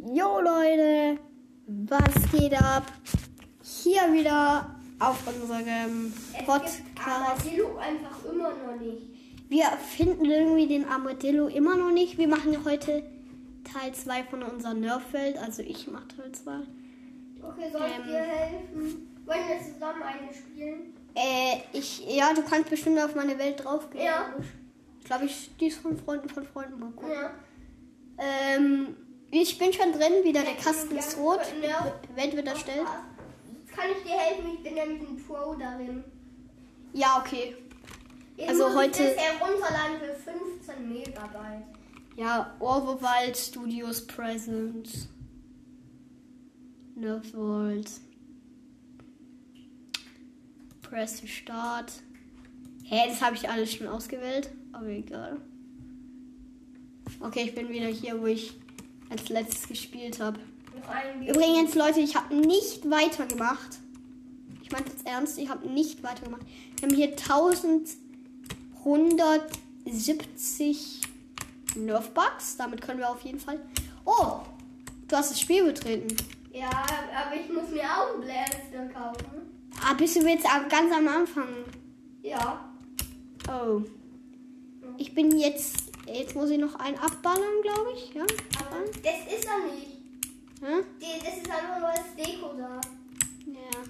Jo Leute, was geht ab? Hier wieder auf unserem Podcast. Armadillo einfach immer noch nicht. Wir finden irgendwie den Armadillo immer noch nicht. Wir machen heute Teil 2 von unserer Nerf-Welt. Also ich mache Teil 2. Okay, soll ich dir helfen? Wollen wir zusammen eine spielen? Ja, du kannst bestimmt auf meine Welt draufgehen. Ja. Ich glaube, die ist von Freunden mal gucken. Ja. Ich bin schon drin, wieder der Kasten ist rot. Welt wird erstellt. Kann ich dir helfen? Ich bin nämlich ein Pro darin. Ja, okay. Ich Also muss heute- das herunterladen für 15 Megabyte. Ja, Orwowald Studios Present. Nerf World. Press to Start. Hä, das habe ich alles schon ausgewählt. Aber egal. Okay, ich bin wieder hier, wo ich als letztes gespielt habe. Noch einen Übrigens, Leute, ich habe nicht weitergemacht. Ich meine das ernst, ich habe nicht weitergemacht. Wir haben hier 1170 Nerf-Bucks. Damit können wir auf jeden Fall... Oh, du hast das Spiel betreten. Ja, aber ich muss mir auch einen Blaster kaufen. Ah, bist du jetzt ganz am Anfang? Ja. Oh. Ich bin jetzt... Jetzt muss ich noch einen abballern, glaube ich. Ja. Aber das ist er nicht. Hä? Das ist einfach nur als Deko da. Ja.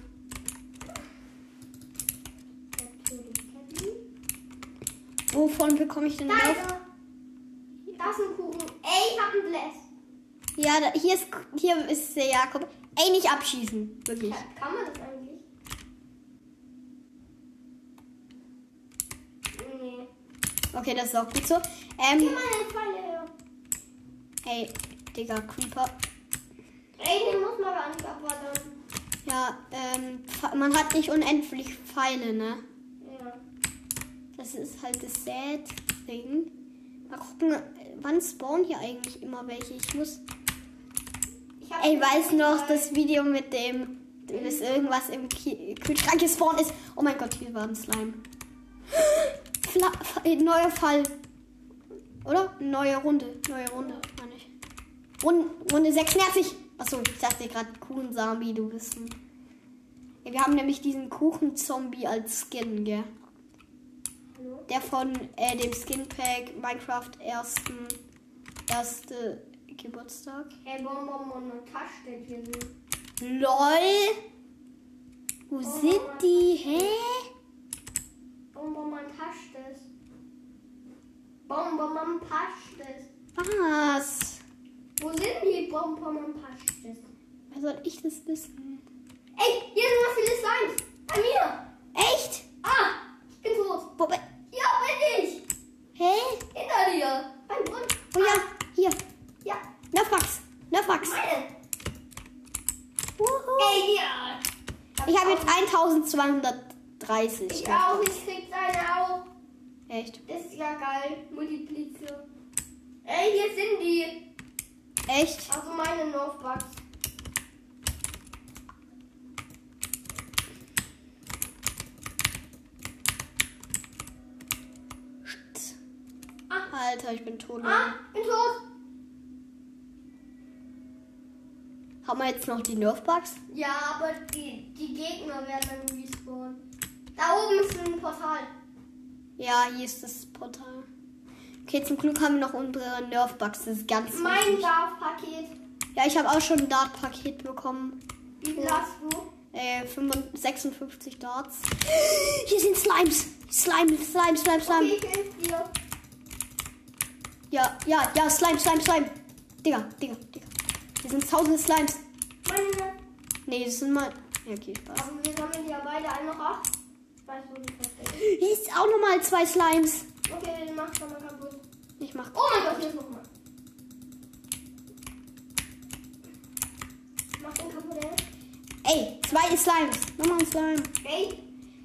Wovon bekomme ich denn Da Nerf? ist er. Da ist ein Kuchen. Ey, ich hab einen Bless. Ja, hier ist der Jakob. Ey, nicht abschießen. Wirklich. Kann man das eigentlich? Nee. Okay, das ist auch gut so. Gib mal eine Pfeile her. Ey, Digga, Creeper. Ey, den muss man gar nicht abwarten. Ja, man hat nicht unendlich Pfeile, ne? Ja. Das ist halt das Sad-Ding. Mal gucken, wann spawnen hier eigentlich immer welche? Ich weiß noch, das Video mit dem, dass irgendwas im Kühlschrank gespawnt ist. Oh mein Gott, hier war ein Slime. Neuer Fall. Oder? Neue Runde, meine ich. Runde 86. Achso, ich dachte gerade Kuchen-Zombie, du bist ein... Ja, wir haben nämlich diesen Kuchen-Zombie als Skin, gell? Hallo? Der von dem Skin-Pack Minecraft erste Geburtstag. Hey, Bonbon und eine Tasche steht hier so. LOL! Wo sind die? Hä? Bonbon, man tascht es. Bonbon, man passt es. Was? Wo sind die Bonbon, man passt es? Wer soll ich das wissen? Ey, hier sind noch viele Slimes. Bei mir. Echt? Ah, ich bin tot. Wo, Ja, bin ich. hä? Hinter dir. Beim Grund. Oh ja, hier. Ja, Nerfmax. meine. Ey, ja. Ich habe jetzt 1230. Ich auch, ich krieg seine auch. Echt? Das ist ja geil. Multiplizier. Ey, hier sind die. Echt? Also meine Northbugs. Alter, ich bin tot. Ah, bin tot. Haben wir jetzt noch die Nerfbugs? Ja, aber die Gegner werden dann respawnen. Da oben ist ein Portal. Ja, hier ist das Portal. Okay, zum Glück haben wir noch unsere Nerfbugs. Das ist ganz Mein wichtig. Darf-Paket. Ja, ich habe auch schon ein Dart-Paket bekommen. Wie viel hast du? 56 Darts. Hier sind Slimes. Slime. Okay, ich helfe dir. Ja, Slime. Digga. Hier sind tausende Slimes. Meine. Nee, das sind mal... Ja, okay, Spaß. Aber wir sammeln ja beide einen noch ab. Ich weiß, wo die versteckt. Hier ist auch nochmal 2 Slimes. Okay, den machst du mal kaputt. Ich mach... Oh mein Gott, hier ist nochmal. Mach den kaputt, ey. Ey, 2 Slimes. Nochmal ein Slime. Ey.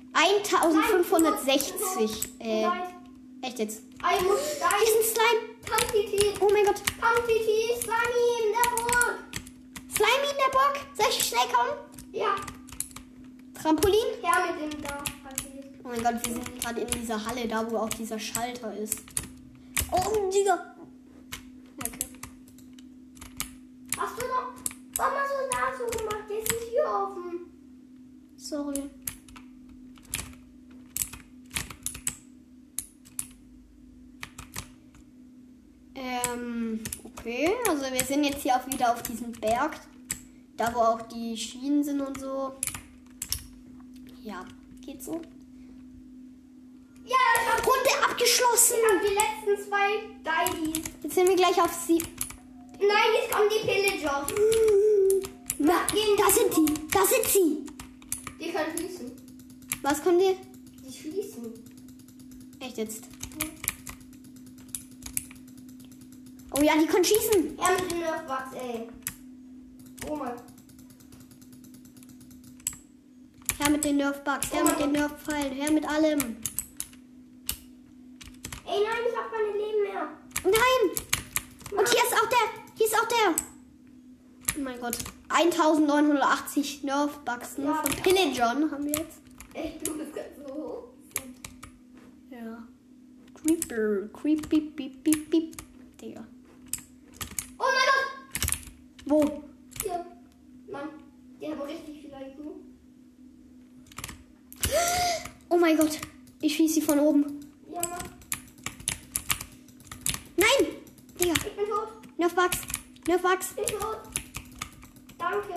1560. Nein. Echt jetzt? Ich muss da. Hier ist ein Slime. Quantität. Oh mein Gott. Quantität. Slimy in der Burg. Slimy in der Burg. Soll ich schnell kommen? Ja. Trampolin? Her mit dem Darf-Paket. Oh mein Gott, wir sind gerade in dieser Halle, da wo auch dieser Schalter ist. Oh, Digga. Okay. Hast du Sorry. Okay, also wir sind jetzt hier auch wieder auf diesem Berg. Da wo auch die Schienen sind und so. Ja, geht so. Ja, ich hab Runde abgeschlossen. die letzten 2 Guides. Jetzt sind wir gleich auf sie. Nein, jetzt kommen die Pillager. Na, da sind die. Da sind sie. Die können schließen. Was können die? Die schließen. Echt jetzt? Oh ja, die können schießen. Ja, mit den Nerfbugs, ey. Oh mein. Her mit den Nerfbugs, her mit den Nerfpfeilen, her mit allem. Ey, nein, ich hab keine Leben mehr. Nein! Und hier ist auch der. Hier ist auch der. Oh mein Gott. 1980 Nerfbugs nur von Pillagern haben wir jetzt. Echt, du bist ganz so hoch. Ja. Creeper. Creep, beep, beep, beep, beep. Digga. Oh mein Gott! Wo? Hier. Mann, die haben richtig viel IQ. Oh mein Gott. Ich schieße sie von oben. Ja, Mann. Nein! Digga. Ich bin tot. Nerfbugs. Nerfbugs. Ich bin tot. Danke.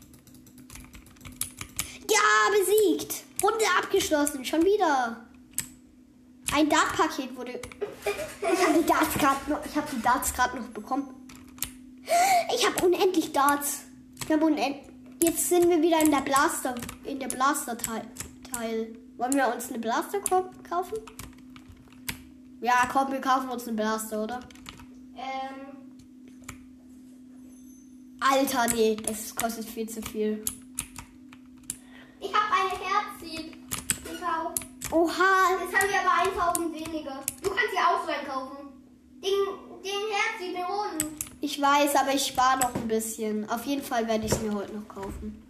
Ja, besiegt. Runde abgeschlossen. Schon wieder. Ein Dart-Paket wurde... Ich habe die Darts gerade noch bekommen. Ich habe unendlich Darts. Jetzt sind wir wieder in der Blaster-Teil. Wollen wir uns eine Blaster kaufen? Ja, komm, wir kaufen uns eine Blaster, oder? Alter, nee, das kostet viel zu viel. Ich habe eine Herzseed gekauft. Oha. Jetzt haben wir aber 1000 weniger. Du kannst ja auch so einen kaufen. Den Herzseed, den roten. Ich weiß, aber ich spare noch ein bisschen. Auf jeden Fall werde ich es mir heute noch kaufen.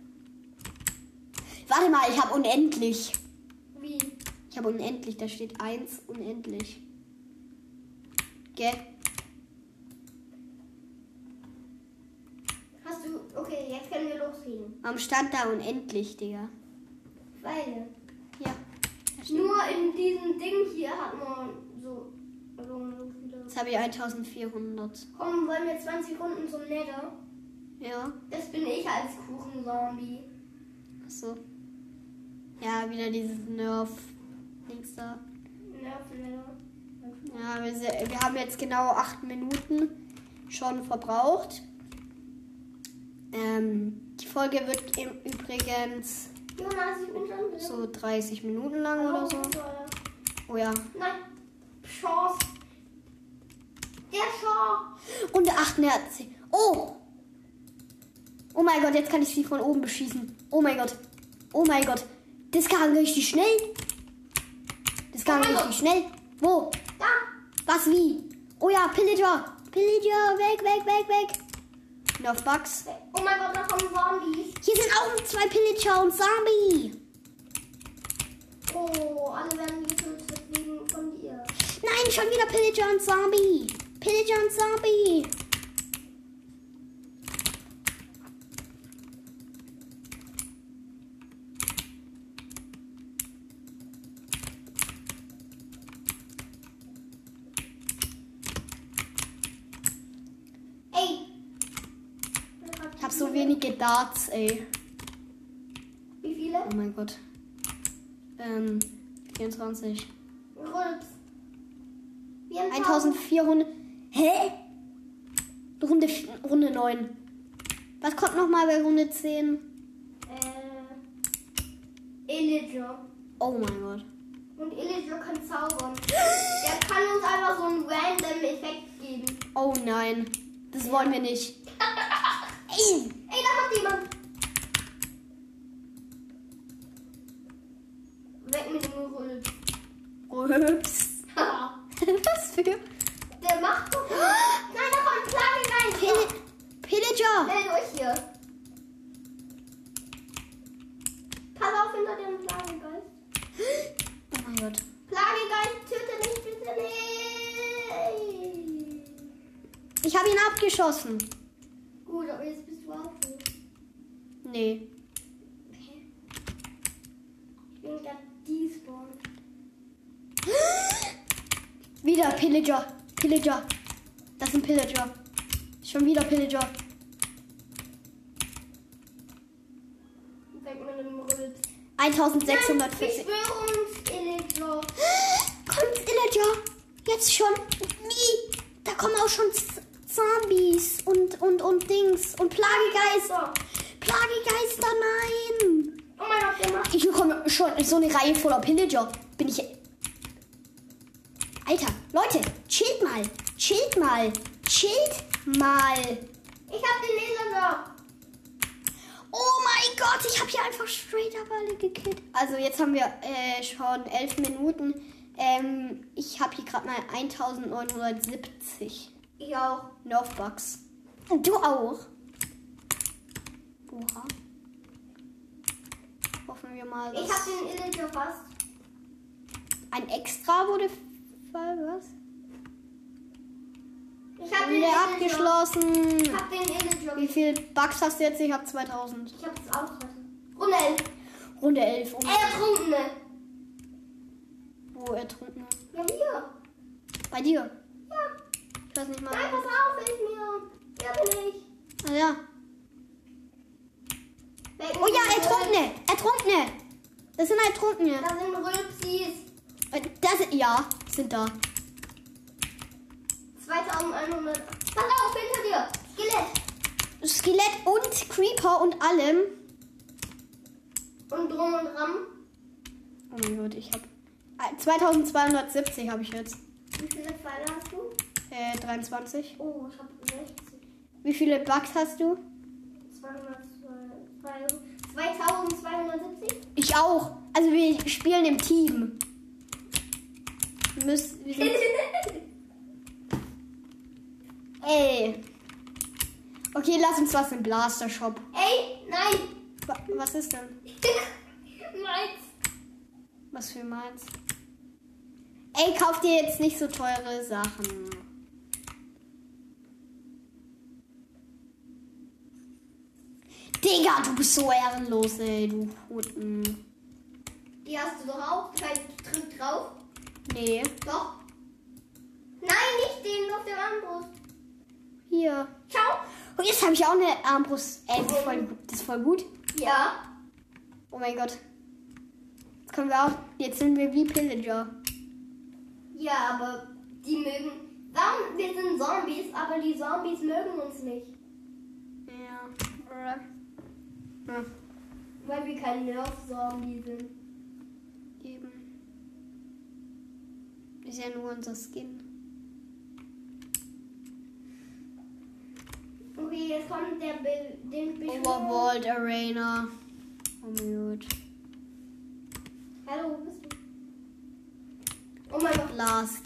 Warte mal, ich habe unendlich. Wie? Ich habe unendlich, da steht 1 unendlich. Gell? Hast du. Okay, jetzt können wir loslegen. Warum stand da unendlich, Digga? Weil. Ja. Nur in diesem Ding hier hat man so. Jetzt habe ich 1400. Komm, wollen wir 20 Runden zum Nether? Ja. Das bin ich als Kuchenzombie. Achso. Ja, wieder dieses Nerf-Dings da. Nether. Ja, wir haben jetzt genau 8 Minuten schon verbraucht. Die Folge wird übrigens Jonas, ich bin schon drin. so 30 Minuten lang oder so. Oh ja. Nein. Chance. Der Chance. Runde 88. Oh! Oh mein Gott, jetzt kann ich sie von oben beschießen. Oh mein Gott. Oh mein Gott. Das ging richtig schnell. Das ging richtig schnell. Wo? Da. Was, wie? Oh ja, Pillager. Pillager, weg, weg, weg, weg. Nerfbugs. Oh mein Gott, da kommen Zombies. Hier sind auch 2 Pillager und Zombie. Oh, alle werden getötet wegen von dir. Nein, schon wieder Pillager und Zombie. Pillager und Zombie. Ey. Ich habe so wenige Darts, ey. Wie viele? Oh mein Gott. 24. Rülps. Wir haben 1400. Hä? Runde 9. Was kommt nochmal bei Runde 10? Illager. Oh mein Gott. Und Illager kann zaubern. Der kann uns einfach so einen random Effekt geben. Oh nein. Das wollen wir nicht. Ey! Ey, da macht jemand. Weg mit dem Rülps. Ups. Was für? Der macht doch. Nein, da kommt Plage rein. Pillager! Schnell durch hier. Pass auf hinter dem Plagegeist. Oh mein Gott. Plagegeist, töte mich bitte nicht. Ich habe ihn abgeschossen. Gut, aber jetzt bist du auch tot. Nee. Okay. grad despawn. Wieder Pillager. Pillager. Das sind Pillager. Schon wieder Pillager. Weg mit dem Rülps. 1640. Beschwörungs-Illager. Kommt Illager. Jetzt schon. Wie? Da kommen auch schon Zombies und Dings. Und Plagegeister. Plagegeister, nein. Oh mein Gott, der macht. Ich bekomme schon so eine Reihe voller Pillager. Bin ich... Alter, Leute, chillt mal. Chillt mal. Chillt mal. Ich hab den Illager. Oh mein Gott, ich habe hier einfach straight up alle gekillt. Also jetzt haben wir schon 11 Minuten. Ich habe hier gerade mal 1970 Ich auch. Nerfbugs. Und du auch. Oha. Hoffen wir mal, dass Ich hab den Illager fast. ein Extra wurde... Was? Ich hab den Runde Illager. abgeschlossen. Ich hab den Illager. Wie viel Bugs hast du jetzt? Ich habe 2000. Ich hab das auch heute. Runde 11. Runde 11. Oh mein Gott. Ertrunkene. Wo ertrunken? Ja, hier. Bei dir? Ja. Ich weiß nicht mal. Nein, pass auf, hilf mir. Ja, bin ich. Ah ja. Weg Oh mit ja, dem Ertrunkene. Ertrunkene. Das sind Ertrunkene. Rülps. Da sind Rülpsis. Ja, sind da. 2100. Pass auf, hinter dir. Skelett. Skelett und Creeper und allem. Und drum und dran. Oh mein Gott, ich habe 2270 habe ich jetzt. Wie viele Pfeile hast du? 23. Oh, ich hab 60. Wie viele Bugs hast du? 2270. Ich auch. Also wir spielen im Team. Wir sind Ey. Okay, lass uns was im Blaster Shop. Ey, nein. Was ist denn? Meins. Was für meins? Ey, kauf dir jetzt nicht so teure Sachen. Digga, du bist so ehrenlos, ey, du Hunden. Die hast du doch auch. Drück drauf. Nee. Doch. Nein, nicht den auf der Armbrust. Hier. Ciao. Und jetzt habe ich auch eine Armbrust. Ey, das ist voll gut. Ja. Oh mein Gott. Jetzt können wir auch. Jetzt sind wir wie Pillager. Ja, aber die mögen. Warum? Wir sind Zombies, aber die Zombies mögen uns nicht. Ja. Hm. Weil wir kein Nerf-Zombie sind. Eben. Ist ja nur unser Skin. Okay, jetzt kommt den Overworld Arena. Oh mein Gott. Hallo, wo bist du? Oh mein Gott. Last.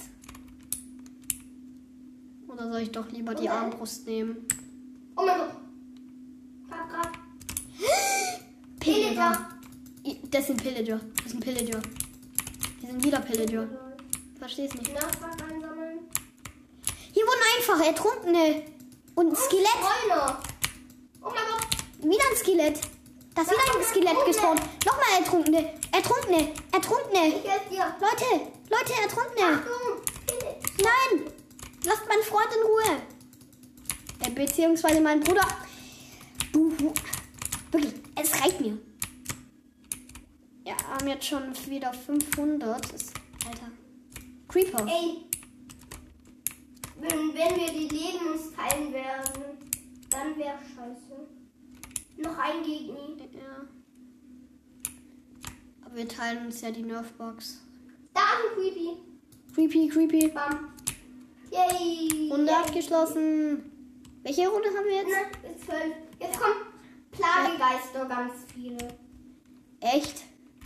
Oder soll ich doch lieber die Okay. Armbrust nehmen? Oh mein Gott. Grad. Pillager. Das sind Pillager. Das sind Pillager. Die sind wieder Pillager. Versteh's nicht. Nachfrag einsammeln. Hier wurden einfach Ertrunkene und ein Skelett. Freunde. Oh mein Gott. Wieder ein Skelett. Da ist wieder ein Skelett gespawnt. Nochmal Ertrunkene. Ertrunkene. Ich helfe dir. Leute, Ertrunkene. Achtung. Nein. Lasst meinen Freund in Ruhe. Beziehungsweise meinen Bruder. Du. Wirklich, es reicht mir. Ja, haben jetzt schon wieder 500. Alter. Creeper. Ey. Wenn wir die Leben uns teilen werden, dann wäre scheiße. Noch ein Gegner. Ja. Aber wir teilen uns ja die Nerfbox. Da ist ein Creepy. Creepy. Bam. Yay. Runde abgeschlossen. Welche Runde haben wir jetzt? Na, ist 12. Jetzt kommen Plagegeister, ganz viele. Echt?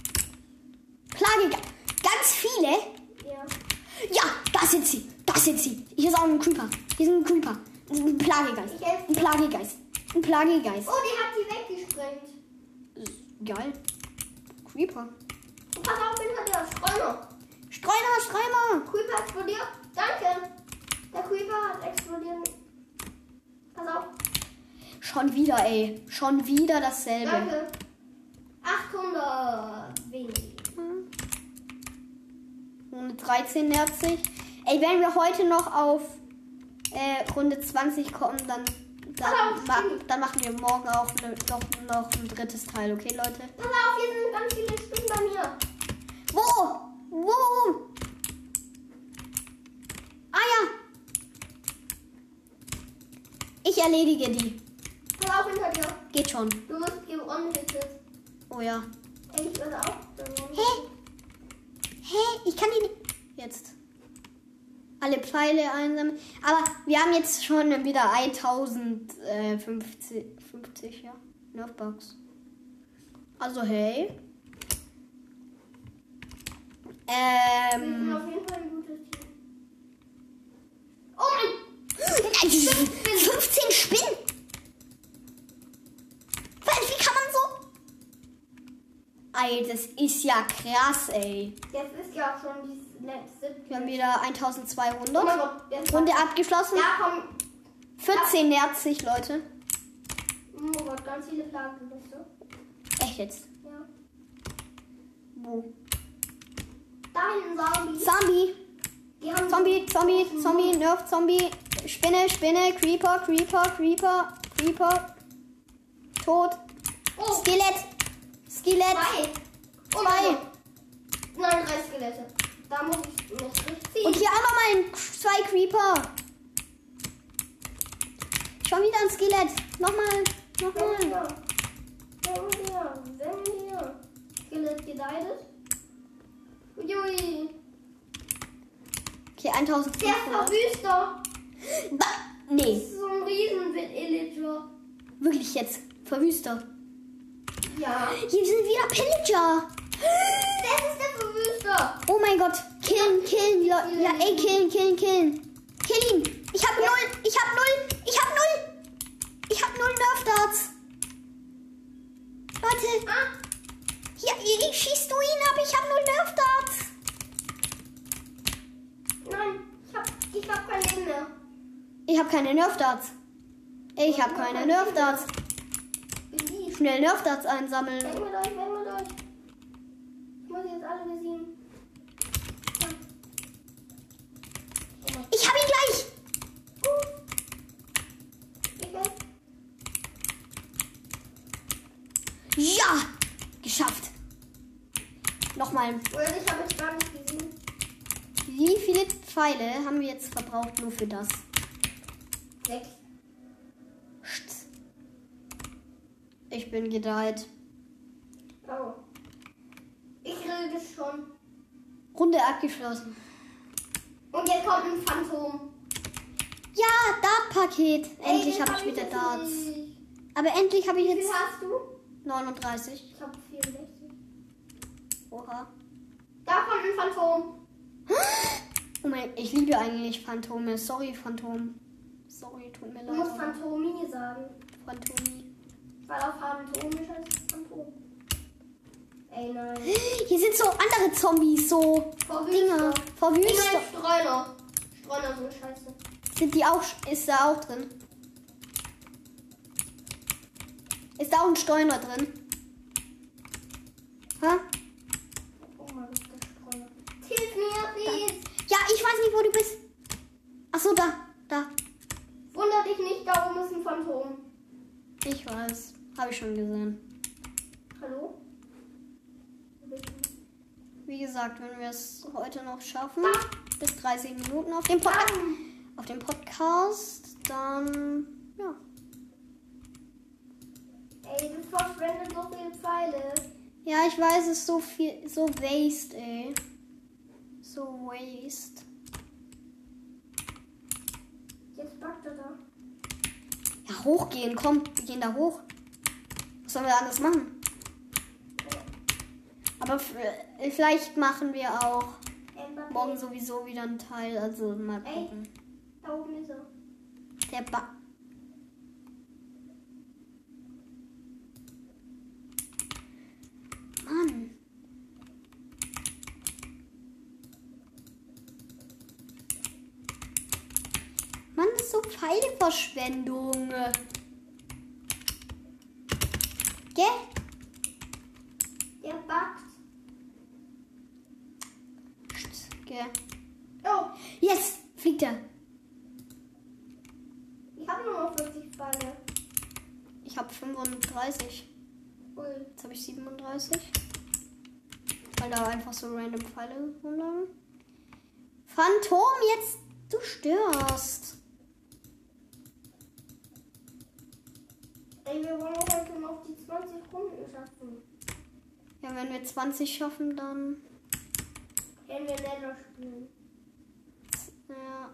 Ganz viele? Ja. Ja, da sind sie. Hier ist auch ein Creeper. Hier ist ein Creeper. Ein Plagegeist. Ich helfe Ein Plagegeist. Ein Plagegeist. Oh, die hat die weggesprengt. Geil. Creeper. Und pass auf, hinter dir. Streuner. Streuner. Creeper explodiert. Danke. Der Creeper hat explodiert. Pass auf. Schon wieder, ey. Schon wieder dasselbe. Danke. 800 wenig. Runde 13 nähert sich. Ey, wenn wir heute noch auf Runde 20 kommen, dann machen wir morgen auch noch ein drittes Teil, okay, Leute? Pass auf, hier sind ganz viele Spinnen bei mir. Wo? Ah ja. Ich erledige die. Pass auf, hinter dir. Geht schon. Du wirst geonhittet. Oh ja. Ey, ich werde auch. Hä? Ich kann die nicht. Jetzt. Alle Pfeile einsammeln. Aber wir haben jetzt schon wieder 1050 ja. Nerfbugs. Also hey. Wir sind auf jeden Fall ein gutes Team. Oh mein! 15 Spinnen! Wie kann man so? Ey, das ist ja krass, ey. Jetzt ist ja auch schon die letzte. Wir haben wieder 1200. Oh mein Gott, jetzt Runde abgeschlossen. Ja, komm. 14 nähert sich, Leute. Oh Gott, ganz viele Plagenliste. Echt jetzt? Ja. Wo? Da hinten Zombies. Zombie! Die haben Zombie, Nerf, Zombie, Spinne, Creeper. Tot. Oh, Skelett. zwei. Oh mein Zwei. Gott. Nein, 3 Skelette. Da muss ich mich durchziehen. Und hier auch nochmal 2 Creeper. Schon wieder ein Skelett. Nochmal. Wenn wir. Skelett gedeiht. Ui. Okay, Der ist 1500. Verwüster. Das Nee, ist so ein Riesen-Villager. wirklich jetzt. Verwüster. Ja. Hier sind wieder Pillager. Das ist der Verwüster. Oh mein Gott. Killen. Ja, ey, killen. Kill ihn. Ich hab null Nerf-Darts. Leute. Ah. Hier, schießt du ihn ab. Ich hab null Nerf-Darts. Nein, ich hab kein Leben mehr. Ich hab keine Nerf-Darts. Besiegt. Schnell Nerf-Darts einsammeln. Wenn wir durch. Ich muss jetzt alle besiegen. Ja. Oh mein Ich hab ihn gleich. Ich weiß. Ja, geschafft. Nochmal. Oder ich habe es gar nicht gesehen. Wie viele Pfeile haben wir jetzt verbraucht nur für das? 6. Ich bin gedeiht. Oh. Ich kriege es schon. Runde abgeschlossen. Und jetzt kommt ein Phantom. Ja, Dart-Paket. Endlich den habe ich wieder jetzt Darts. nicht. Aber endlich habe ich Wie viel jetzt hast du? 39. Ich habe 64. Oha. Da kommt ein Phantom. Oh mein, ich liebe eigentlich Phantome. Sorry, Phantom. Sorry, tut mir Du musst leid. Phantomie sagen. Phantomie. Weil auf Phantomisch heißt Phantom. Ey, nein. Hier sind so andere Zombies, so Dinger. Verwüster. Streuner. Streuner sind scheiße. Sind die auch, ist da auch drin? Ist da auch ein Streuner drin? Hä? Oh mein Gott, der Streuner. Hilf mir, please. Ja, ich weiß nicht, wo du bist. Ach so, da. Wunder dich nicht, da oben ist ein Phantom. Ich weiß. Habe ich schon gesehen. Hallo? Wie gesagt, wenn wir es heute noch schaffen, Da. bis 30 Minuten auf dem Podcast, dann, ja. Ey, das verschwendet so viele Pfeile. Ja, ich weiß, es ist so viel, so waste, ey. So waste. Jetzt backt er da. Ja, hochgehen, komm, wir gehen da hoch. Was sollen wir anders machen? Aber vielleicht machen wir auch morgen sowieso wieder einen Teil, also mal gucken. Da oben ist er. Der Mann. Mann, das ist so Pfeileverschwendung. Gell? Der backt. Okay. Oh, Yes! Fliegt er. ich habe nur noch 40 Pfeile. Ich habe 35. Ui. Jetzt habe ich 37. Weil da einfach so random Pfeile rumlagen. Phantom, jetzt du störst. Ey, wir wollen heute noch die 20 Runden schaffen. Ja, wenn wir 20 schaffen, dann... Können wir Nether spielen. Ja.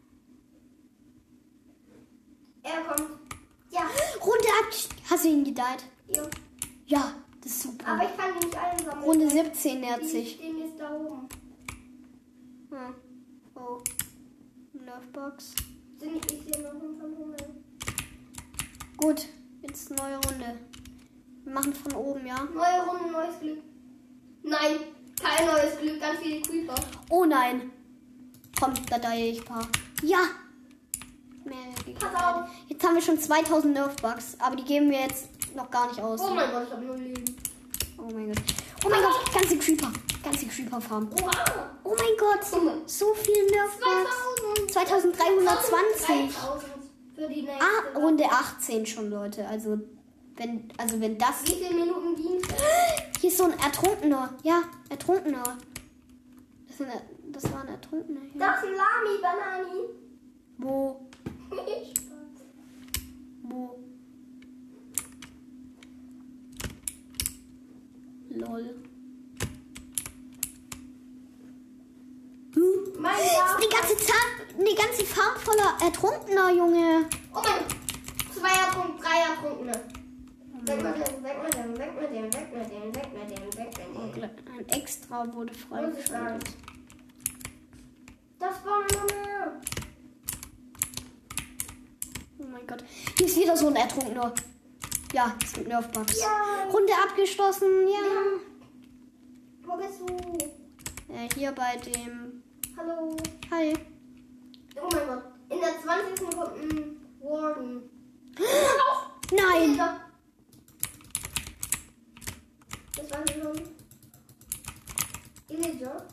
Er kommt. Ja. Runde ab. Hast du ihn gedeiht? Ja. Ja, das ist super. Aber ich kann die nicht einsammeln. Runde 17 nähert Die sich. stehen jetzt da oben. Hm. Oh. Nerfbox. Sind ich hier noch ein Phantom? Gut, jetzt neue Runde. Wir machen von oben, ja? Neue Runde, neues Glück. Nein, kein neues Glück, ganz viele Creeper. Oh nein. Komm, da deihe ich ein paar. Ja. Pass auf. Jetzt haben wir schon 2000 Nerfbugs, aber die geben wir jetzt noch gar nicht aus. Oh mein Gott, ich habe nur Leben. Oh mein Gott. Oh mein Gott, ganze Creeper. Ganze Creeper-Farm. Oha. Oh mein Gott, so viel Nerfbugs. 2320. 3000 für die nächste. Ah, Runde 18 schon, Leute. Also wenn das... Wie viele Minuten Dienst? Hier ist so ein Ertrunkener. Ja, Ertrunkener. Das war ein Ertrunkener. Ja. Das ist ein Lami, Banani. Wo? Wo? Lol. Mein Gott. Die ganze Farm voller Ertrunkener, Junge. Oh mein Gott. 2er-Punkt, 3er-Punkt. Weg mit dem, weg mit dem, weg mit dem, weg mit dem, weg mit dem, weg mit dem. Ein Extra wurde freigeschaltet. Das war nur mehr. Oh mein Gott. Hier ist wieder so ein Ertrunkener. Ja, ist mit Nerfbugs. Ja. Runde abgeschlossen, ja. Wo bist du? Hier bei dem... Hallo. Hi. Oh mein Gott. In der 20. kommt ein Warden. Nein. Das war schon. Illager.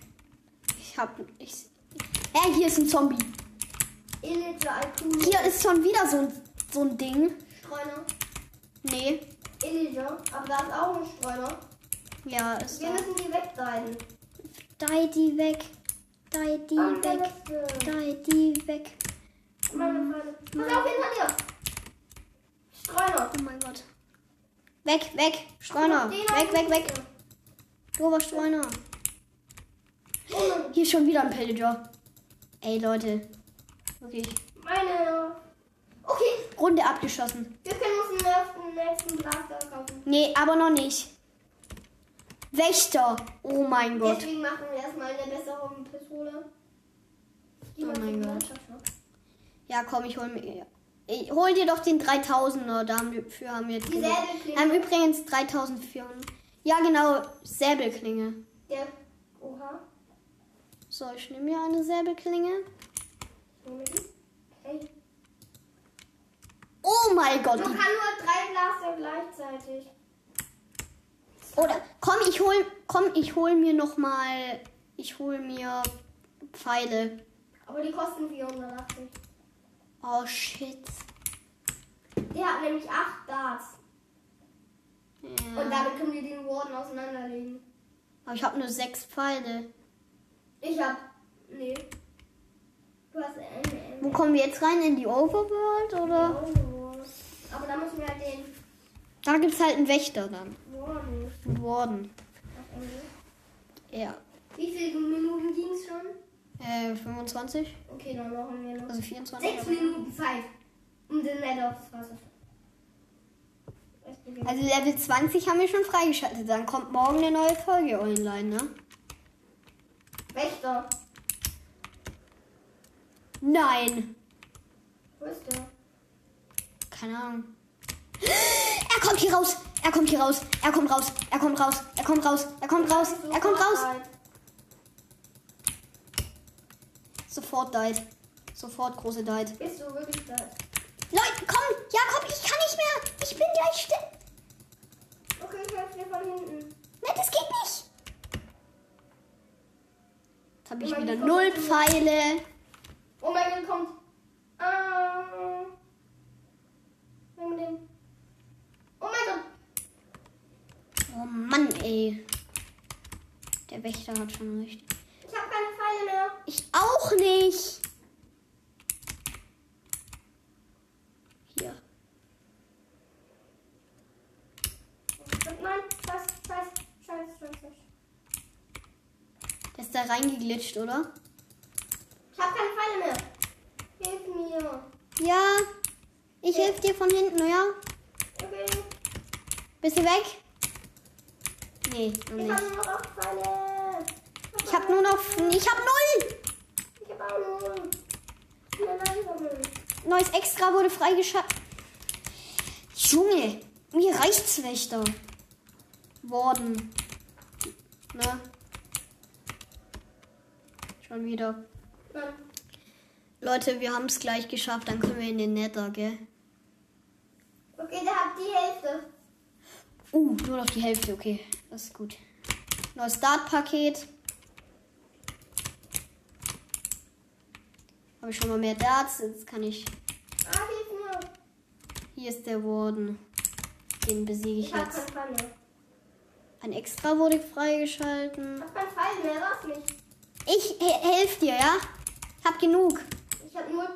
Hier ist ein Zombie. Illager Alkuno. Hier ist schon wieder so ein Ding. Streuner. Nee. Illager. Aber da ist auch ein Streuner. Ja, ist Wir da. müssen die wegdeihen. Dei die weg. Dei die Der weg. letzte. Dei die weg. Meine Feinde. Pass auf, hinter dir. Streuner. Oh mein Gott. Weg. Streuner. Weg. Dober Streuner. Hier ist schon wieder ein Pillager. Ey, Leute. Wirklich. Meine. Okay, Runde abgeschossen. wir können uns den nächsten Blaster kaufen. Nee, aber noch nicht. Wächter. Oh mein Gott. Deswegen machen wir erstmal eine bessere Pistole. Oh mein Gott. Ja, komm, ich hol dir doch den 3000er. Dafür haben wir Die Säbelklinge. haben übrigens 3400. Ja, genau. Säbelklinge. Der. Oha. So, ich nehme mir eine Säbelklinge. Hey. Oh mein Gott. Man kann nur 3 Blaster gleichzeitig. Oder ich hol mir noch mal. Ich hol mir Pfeile. Aber die kosten 480. Oh shit. Der hat nämlich 8 Darts. Ja. Und damit können wir den Warden auseinanderlegen. Aber ich habe nur 6 Pfeile. Ich hab. Nee. Du hast eine. Wo kommen wir jetzt rein? In die Overworld oder? Aber da müssen wir halt den Da gibt's halt einen Wächter dann. Warden. Warden. auf Englisch. Ja. Wie viele Minuten ging es schon? 25. Okay, dann machen wir noch Also 24. 6 Minuten Zeit. Um den Nether aufs Wasser. Also Level 20 haben wir schon freigeschaltet. Dann kommt morgen eine neue Folge online, ne? Wächter. Nein. Wo ist der? Keine Ahnung. Er kommt hier raus. Er kommt hier raus. Er kommt raus. Er kommt raus. Er kommt raus. Er kommt raus. Er kommt raus. Sofort died. Sofort große died. Bist du wirklich da? Leute, komm. Jakob, ich kann nicht mehr. Ich bin gleich still. Okay, ich helfe dir von hinten. Nein, das geht nicht. Jetzt habe wieder 0 Pfeile. Oh mein Gott, kommt. Oh mein Gott. Oh Mann, ey. Der Wächter hat schon recht. Ich habe keine Pfeile mehr. Ich auch nicht. Hier. Nein, scheiß. Der ist da reingeglitscht, oder? Ich habe keine Pfeile mehr. Hilf mir. Ja. Ich helfe dir von hinten, ja? Okay. Bist du weg? Nee, noch Ich nicht. habe nur noch Pfeile. Ich hab nur noch... Ich hab 0! Ich habe auch 0. Nein. Neues Extra wurde freigeschaltet. Junge, mir reicht's, Wächter. Worden. Ne? Schon wieder. Nein. Leute, wir haben es gleich geschafft. Dann können wir in den Nether, gell? Okay, der hat die Hälfte. Nur noch die Hälfte. Okay, das ist gut. Neues Dart-Paket. Habe ich schon mal mehr Darts. Jetzt kann ich... Hilf mir. Hier ist der Warden. Den besiege ich Ich habe jetzt. keinen Pfeil mehr. Ein Extra wurde freigeschalten. Ich habe keinen Pfeil mehr, lass mich. Ich helfe dir, ja? Hab genug. Ich habe nur...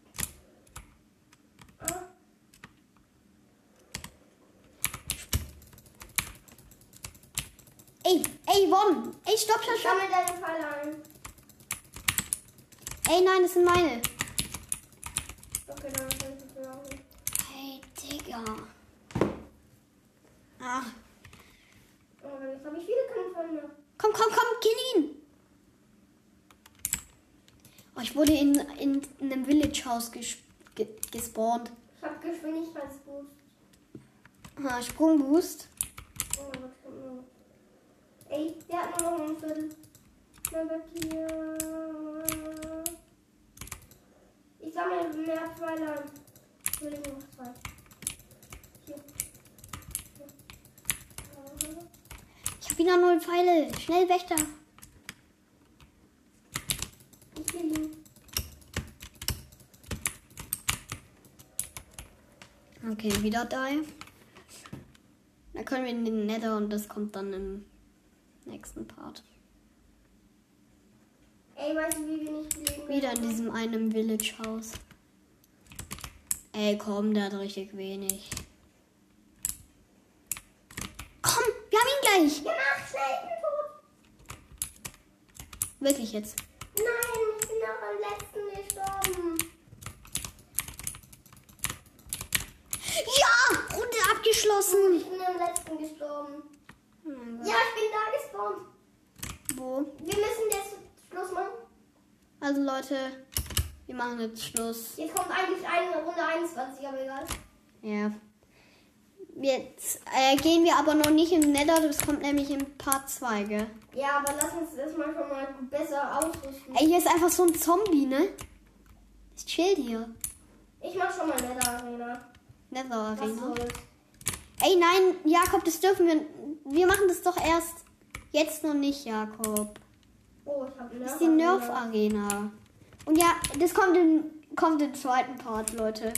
Ey, Warden. Ey, stopp. Ich sammle deine Pfeile ein. Ey, nein, das sind meine. Okay, dann kann ich das auch nicht. Hey, Digga. Ah. Oh, jetzt habe ich wieder keine Pfeile mehr. Komm, kill ihn. Oh, ich wurde in einem Village-Haus gespawnt. Ich habe Geschwindigkeitsboost. Sprungboost. Oh mein Gott, kommt nur. Ey, der hat nur noch ein Viertel. Dann weg hier. Ich sammle mehr Pfeile ein. Ich will nur noch 2. Hier. Ich hab wieder 0 Pfeile. Schnell, Wächter. Ich will ihn. Okay, wieder die. Dann können wir in den Nether und das kommt dann im nächsten Part. Ey, weißt du, wie wir nicht leben? Wieder in diesem einen Village-Haus. Ey, komm, der hat richtig wenig. Komm, wir haben ihn gleich. Ja, mach schnell, ich bin tot. Wirklich jetzt. Nein, ich bin noch am letzten gestorben. Ja, Runde abgeschlossen. Ich bin am letzten gestorben. Hm, Ja, ich bin da gespawnt. Wo? Wir müssen jetzt Schluss machen. Also Leute, wir machen jetzt Schluss. Jetzt kommt eigentlich eine Runde 21, aber egal. Ja. Jetzt gehen wir aber noch nicht im Nether, das kommt nämlich im Part 2, gell? Ja, aber lass uns das mal schon mal besser ausrüsten. Ey, hier ist einfach so ein Zombie, ne? Ich chill hier. Ich mach schon mal Nether Arena. Nether Was Arena. soll's? Ey, nein, Jakob, das dürfen wir. Wir machen das doch erst. Jetzt noch nicht, Jakob. Oh, ich hab Das ist die Nerf Arena. Und ja, das kommt im zweiten Part, Leute.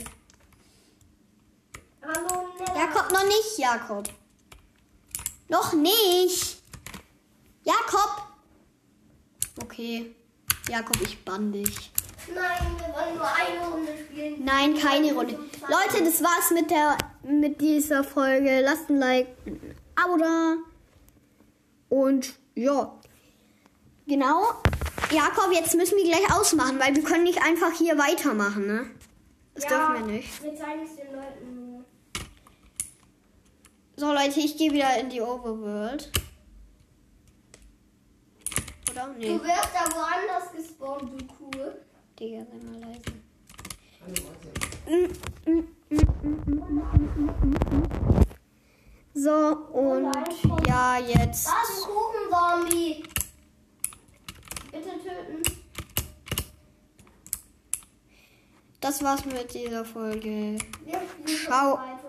Hallo Nether. Jakob, noch nicht, Jakob. Noch nicht. Jakob. Okay. Jakob, ich bann dich. Nein, wir wollen nur eine Runde spielen. Nein, keine Runde. Leute, das war's mit dieser Folge. Lasst ein Like, ein Abo da. Und ja. Genau. Jakob, jetzt müssen wir gleich ausmachen, weil wir können nicht einfach hier weitermachen, ne? Das dürfen wir nicht. Wir zeigen es den Leuten nur. So, Leute, ich gehe wieder in die Overworld. Oder? Nee. Du wirst da woanders gespawnt, du Kuh. Digga, sei mal leise. So, und ja, jetzt. Da ist ein Kuchenzombie. Bitte töten. Das war's mit dieser Folge. Wir spielen Ciao. weiter.